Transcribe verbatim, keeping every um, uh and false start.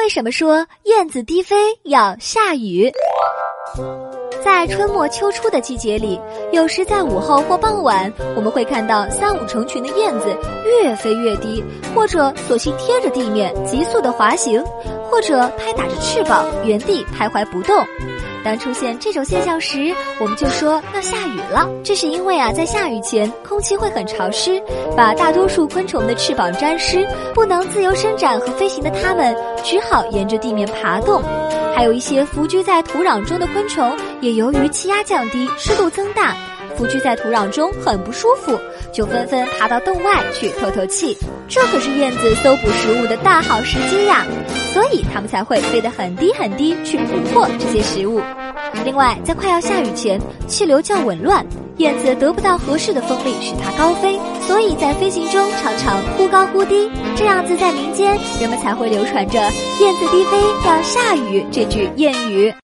为什么说燕子低飞要下雨？在春末秋初的季节里，有时在午后或傍晚，我们会看到三五成群的燕子越飞越低，或者索性贴着地面急速地滑行，或者拍打着翅膀原地徘徊不动。当出现这种现象时，我们就说要下雨了。这是因为啊，在下雨前，空气会很潮湿，把大多数昆虫的翅膀沾湿，不能自由伸展和飞行的它们，只好沿着地面爬动。还有一些伏居在土壤中的昆虫，也由于气压降低、湿度增大，伏居在土壤中很不舒服，就纷纷爬到洞外去透透气。这可是燕子搜捕食物的大好时机呀，所以它们才会飞得很低很低去捕获这些食物。另外，在快要下雨前，气流较紊乱，燕子得不到合适的风力使它高飞，所以在飞行中常常忽高忽低，这样子在民间人们才会流传着燕子低飞要下雨这句谚语。